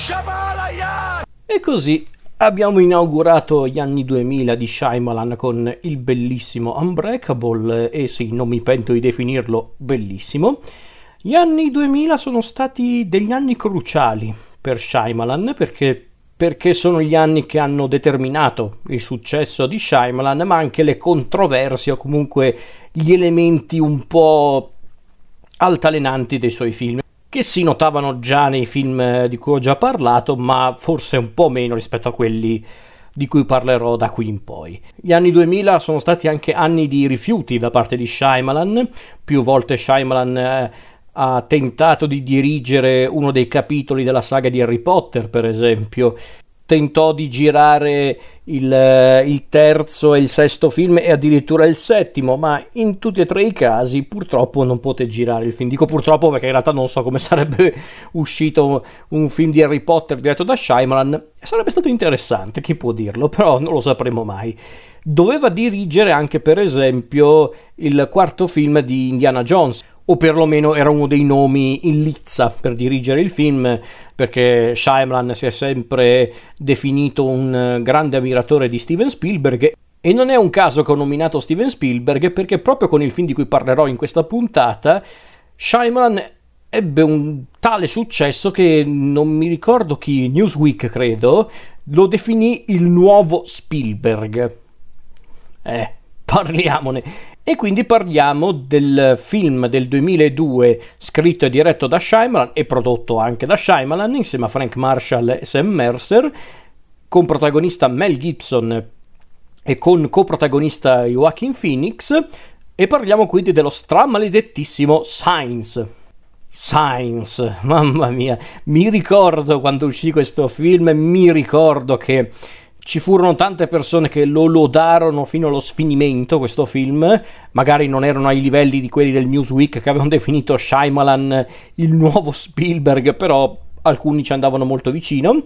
E così abbiamo inaugurato gli anni 2000 di Shyamalan con il bellissimo Unbreakable, e sì, non mi pento di definirlo bellissimo. Gli anni 2000 sono stati degli anni cruciali per Shyamalan perché sono gli anni che hanno determinato il successo di Shyamalan, ma anche le controversie o comunque gli elementi un po' altalenanti dei suoi film, che si notavano già nei film di cui ho già parlato, ma forse un po' meno rispetto a quelli di cui parlerò da qui in poi. Gli anni 2000 sono stati anche anni di rifiuti da parte di Shyamalan. Più volte Shyamalan ha tentato di dirigere uno dei capitoli della saga di Harry Potter, per esempio. Tentò di girare il terzo e il sesto film e addirittura il settimo, ma in tutti e tre i casi purtroppo non poté girare il film. Dico purtroppo perché in realtà non so come sarebbe uscito un film di Harry Potter diretto da Shyamalan. Sarebbe stato interessante, chi può dirlo, però non lo sapremo mai. Doveva dirigere anche, per esempio, il quarto film di Indiana Jones, o perlomeno era uno dei nomi in lizza per dirigere il film, perché Shyamalan si è sempre definito un grande ammiratore di Steven Spielberg, e non è un caso che ho nominato Steven Spielberg, perché proprio con il film di cui parlerò in questa puntata Shyamalan ebbe un tale successo che non mi ricordo chi, Newsweek credo, lo definì il nuovo Spielberg. Parliamone. E quindi parliamo del film del 2002 scritto e diretto da Shyamalan e prodotto anche da Shyamalan insieme a Frank Marshall e Sam Mercer, con protagonista Mel Gibson e con coprotagonista Joaquin Phoenix, e parliamo quindi dello stramaledettissimo Signs, mamma mia, mi ricordo quando uscì questo film, mi ricordo che ci furono tante persone che lo lodarono fino allo sfinimento questo film. Magari non erano ai livelli di quelli del Newsweek che avevano definito Shyamalan il nuovo Spielberg, però alcuni ci andavano molto vicino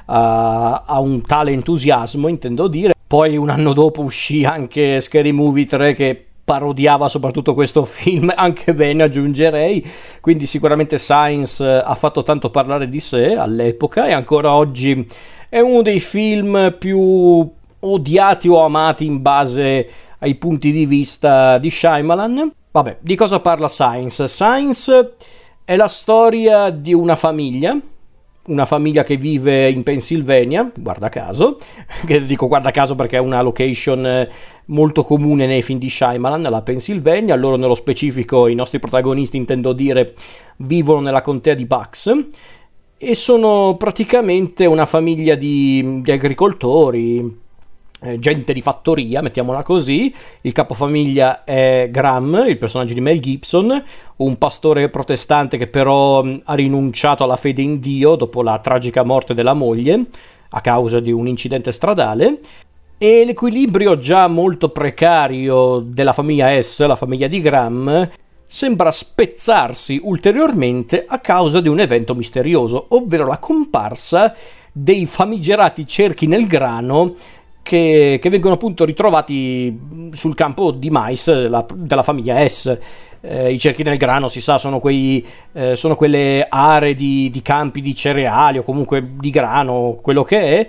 a un tale entusiasmo, intendo dire. Poi un anno dopo uscì anche Scary Movie 3 che parodiava soprattutto questo film, anche bene aggiungerei, quindi sicuramente Signs ha fatto tanto parlare di sé all'epoca, e ancora oggi è uno dei film più odiati o amati in base ai punti di vista di Shyamalan. Vabbè, di cosa parla Signs? Signs è la storia di una famiglia che vive in Pennsylvania, guarda caso, che dico guarda caso perché è una location molto comune nei film di Shyamalan, la Pennsylvania. Loro, nello specifico i nostri protagonisti, intendo dire, vivono nella contea di Bucks, e sono praticamente una famiglia di agricoltori, gente di fattoria, mettiamola così. Il capofamiglia è Graham, il personaggio di Mel Gibson, un pastore protestante che però ha rinunciato alla fede in Dio dopo la tragica morte della moglie a causa di un incidente stradale, e l'equilibrio già molto precario della famiglia S, la famiglia di Graham, sembra spezzarsi ulteriormente a causa di un evento misterioso, ovvero la comparsa dei famigerati cerchi nel grano che vengono appunto ritrovati sul campo di mais della famiglia S. I cerchi nel grano, si sa, sono quelle aree di campi di cereali o comunque di grano, quello che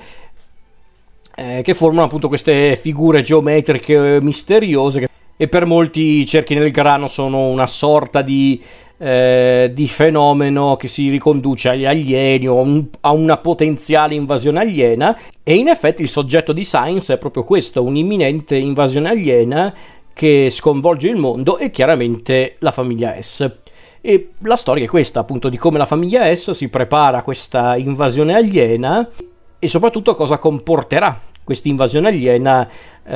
è, che formano appunto queste figure geometriche misteriose, e per molti i cerchi nel grano sono una sorta di fenomeno che si riconduce agli alieni o a una potenziale invasione aliena, e in effetti il soggetto di Signs è proprio questo, un'imminente invasione aliena che sconvolge il mondo e chiaramente la famiglia S. E la storia è questa, appunto, di come la famiglia S si prepara a questa invasione aliena e soprattutto cosa comporterà questa invasione aliena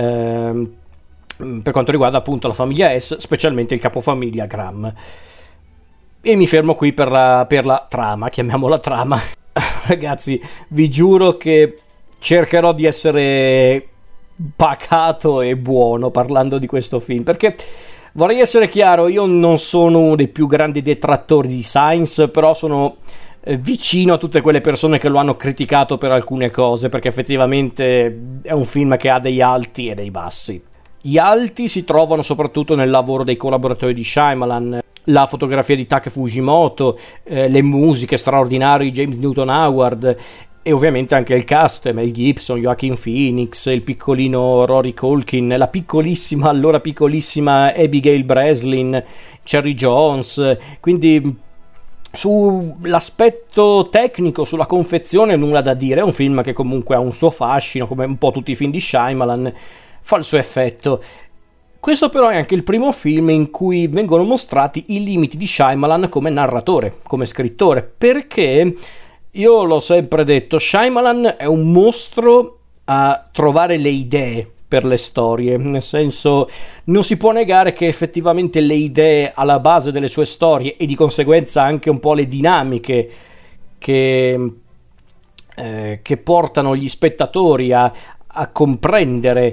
per quanto riguarda appunto la famiglia S, specialmente il capofamiglia Graham. E mi fermo qui per la trama, chiamiamola trama. Ragazzi, vi giuro che cercherò di essere pacato e buono parlando di questo film, perché vorrei essere chiaro, io non sono uno dei più grandi detrattori di Signs, però sono vicino a tutte quelle persone che lo hanno criticato per alcune cose, perché effettivamente è un film che ha degli alti e dei bassi. Gli alti si trovano soprattutto nel lavoro dei collaboratori di Shyamalan. la fotografia di Take Fujimoto, le musiche straordinarie di James Newton Howard, e ovviamente anche il cast: Mel Gibson, Joaquin Phoenix, il piccolino Rory Culkin, la piccolissima, allora piccolissima Abigail Breslin, Cherry Jones. Quindi sull'aspetto tecnico, sulla confezione, nulla da dire. È un film che comunque ha un suo fascino, come un po' tutti i film di Shyamalan, fa il suo effetto. Questo però è anche il primo film in cui vengono mostrati i limiti di Shyamalan come narratore, come scrittore, perché io l'ho sempre detto, Shyamalan è un mostro a trovare le idee per le storie, nel senso, non si può negare che effettivamente le idee alla base delle sue storie, e di conseguenza anche un po' le dinamiche che portano gli spettatori a comprendere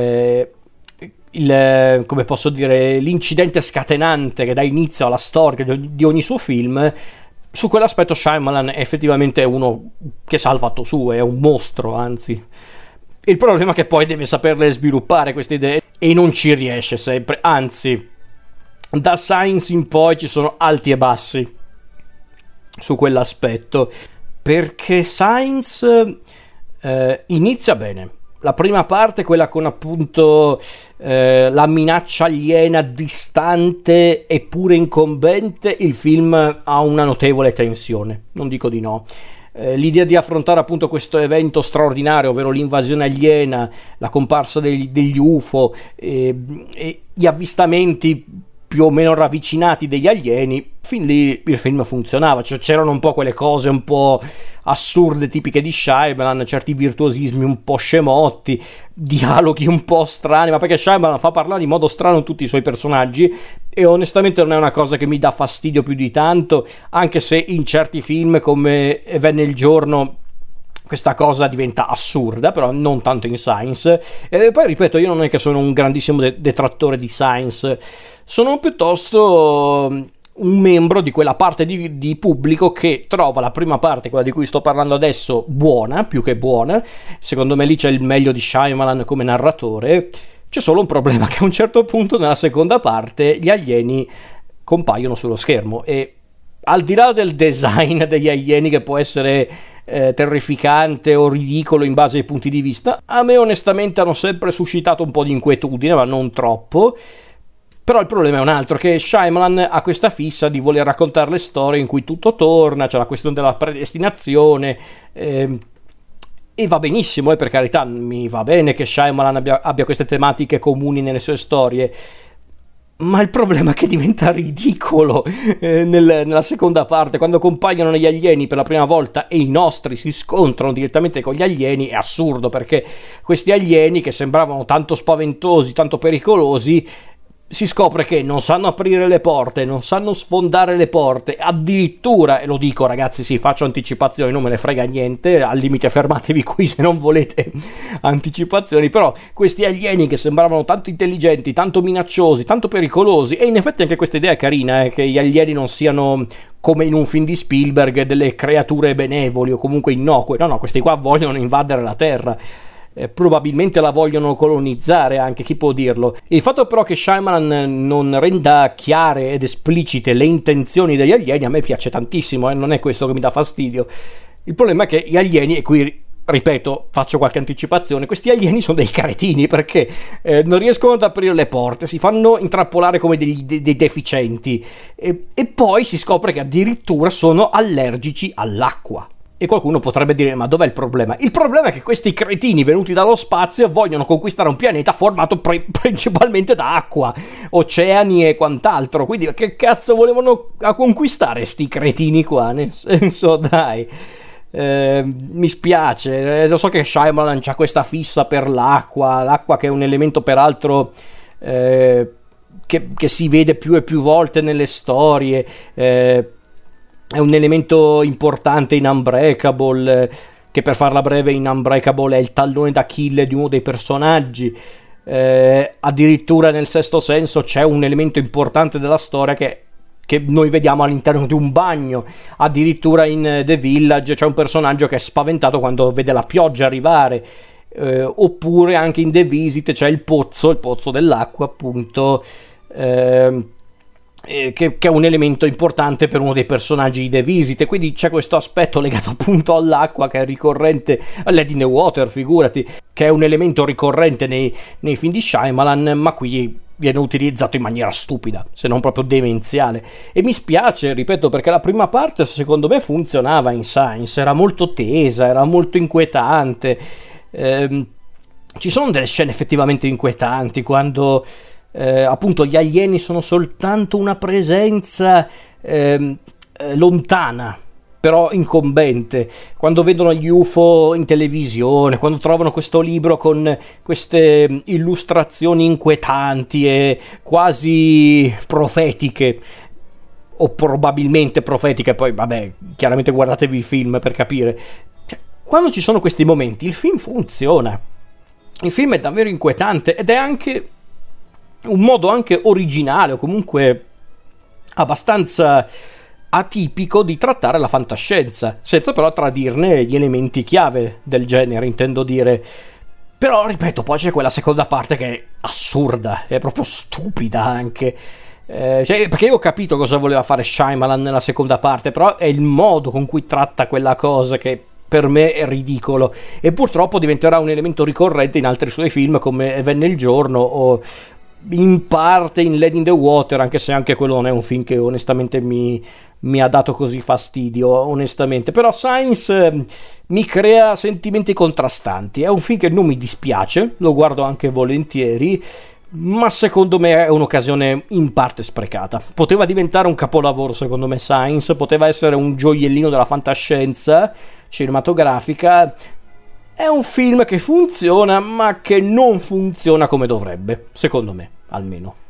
come posso dire, l'incidente scatenante che dà inizio alla storia di ogni suo film. Su quell'aspetto Shyamalan è effettivamente uno che sa il fatto suo, è un mostro, anzi. Il problema è che poi deve saperle sviluppare queste idee e non ci riesce sempre, anzi, da Signs in poi ci sono alti e bassi su quell'aspetto, perché Signs inizia bene. La prima parte, quella con appunto la minaccia aliena distante eppure incombente, il film ha una notevole tensione, non dico di no. L'idea di affrontare appunto questo evento straordinario, ovvero l'invasione aliena, la comparsa degli UFO e gli avvistamenti più o meno ravvicinati degli alieni, fin lì il film funzionava. Cioè, c'erano un po' quelle cose un po' assurde tipiche di Shyamalan, certi virtuosismi un po' scemotti, dialoghi un po' strani, ma perché Shyamalan fa parlare in modo strano tutti i suoi personaggi, e onestamente non è una cosa che mi dà fastidio più di tanto, anche se in certi film come Venne il giorno questa cosa diventa assurda, però non tanto in Science. E poi ripeto, io non è che sono un grandissimo detrattore di Science, sono piuttosto un membro di quella parte di pubblico che trova la prima parte, quella di cui sto parlando adesso, buona, più che buona. Secondo me lì c'è il meglio di Shyamalan come narratore. C'è solo un problema, che a un certo punto nella seconda parte gli alieni compaiono sullo schermo, e al di là del design degli alieni, che può essere terrificante o ridicolo in base ai punti di vista, a me onestamente hanno sempre suscitato un po' di inquietudine, ma non troppo. Però il problema è un altro, che Shyamalan ha questa fissa di voler raccontare le storie in cui tutto torna, c'è la questione della predestinazione, e va benissimo, per carità, mi va bene che Shyamalan abbia queste tematiche comuni nelle sue storie, ma il problema è che diventa ridicolo nella seconda parte, quando compaiono gli alieni per la prima volta e i nostri si scontrano direttamente con gli alieni. È assurdo, perché questi alieni, che sembravano tanto spaventosi, tanto pericolosi, si scopre che non sanno aprire le porte, non sanno sfondare le porte, addirittura, e lo dico ragazzi, sì, faccio anticipazioni, non me ne frega niente, al limite fermatevi qui se non volete anticipazioni, però questi alieni che sembravano tanto intelligenti, tanto minacciosi, tanto pericolosi, e in effetti anche questa idea è carina, che gli alieni non siano, come in un film di Spielberg, delle creature benevoli o comunque innocue. No, questi qua vogliono invadere la Terra. Probabilmente la vogliono colonizzare anche, chi può dirlo. Il fatto però che Shyamalan non renda chiare ed esplicite le intenzioni degli alieni a me piace tantissimo, non è questo che mi dà fastidio. Il problema è che gli alieni, e qui ripeto, faccio qualche anticipazione, questi alieni sono dei cretini, perché non riescono ad aprire le porte, si fanno intrappolare come dei deficienti, e poi si scopre che addirittura sono allergici all'acqua. E qualcuno potrebbe dire, ma dov'è il problema? Il problema è che questi cretini venuti dallo spazio vogliono conquistare un pianeta formato principalmente da acqua, oceani e quant'altro. Quindi che cazzo volevano conquistare sti cretini qua? Nel senso, dai, mi spiace. Lo so che Shyamalan c'ha questa fissa per l'acqua che è un elemento peraltro che si vede più e più volte nelle storie. È un elemento importante in Unbreakable, che per farla breve in Unbreakable è il tallone d'Achille di uno dei personaggi. Addirittura nel Sesto Senso c'è un elemento importante della storia che noi vediamo all'interno di un bagno. Addirittura in The Village c'è un personaggio che è spaventato quando vede la pioggia arrivare. Oppure anche in The Visit c'è il pozzo dell'acqua, appunto, che è un elemento importante per uno dei personaggi di The Visit, e quindi c'è questo aspetto legato appunto all'acqua che è ricorrente, a Lady in the Water, figurati, che è un elemento ricorrente nei film di Shyamalan, ma qui viene utilizzato in maniera stupida, se non proprio demenziale. E mi spiace, ripeto, perché la prima parte secondo me funzionava in Signs, era molto tesa, era molto inquietante. Ci sono delle scene effettivamente inquietanti quando appunto gli alieni sono soltanto una presenza lontana, però incombente, quando vedono gli UFO in televisione, quando trovano questo libro con queste illustrazioni inquietanti e quasi profetiche, o probabilmente profetiche, poi vabbè, chiaramente guardatevi il film per capire. Cioè, quando ci sono questi momenti il film funziona, il film è davvero inquietante, ed è anche un modo anche originale, o comunque abbastanza atipico, di trattare la fantascienza, senza però tradirne gli elementi chiave del genere, intendo dire. Però, ripeto, poi c'è quella seconda parte che è assurda, è proprio stupida anche. Perché io ho capito cosa voleva fare Shyamalan nella seconda parte, però è il modo con cui tratta quella cosa che per me è ridicolo, e purtroppo diventerà un elemento ricorrente in altri suoi film come Venne il giorno, o in parte in Lady in the Water, anche se anche quello non è un film che onestamente mi ha dato così fastidio, onestamente. Però Signs mi crea sentimenti contrastanti. È un film che non mi dispiace, lo guardo anche volentieri, ma secondo me è un'occasione in parte sprecata. Poteva diventare un capolavoro, secondo me Signs, poteva essere un gioiellino della fantascienza cinematografica. È un film che funziona, ma che non funziona come dovrebbe, secondo me, almeno.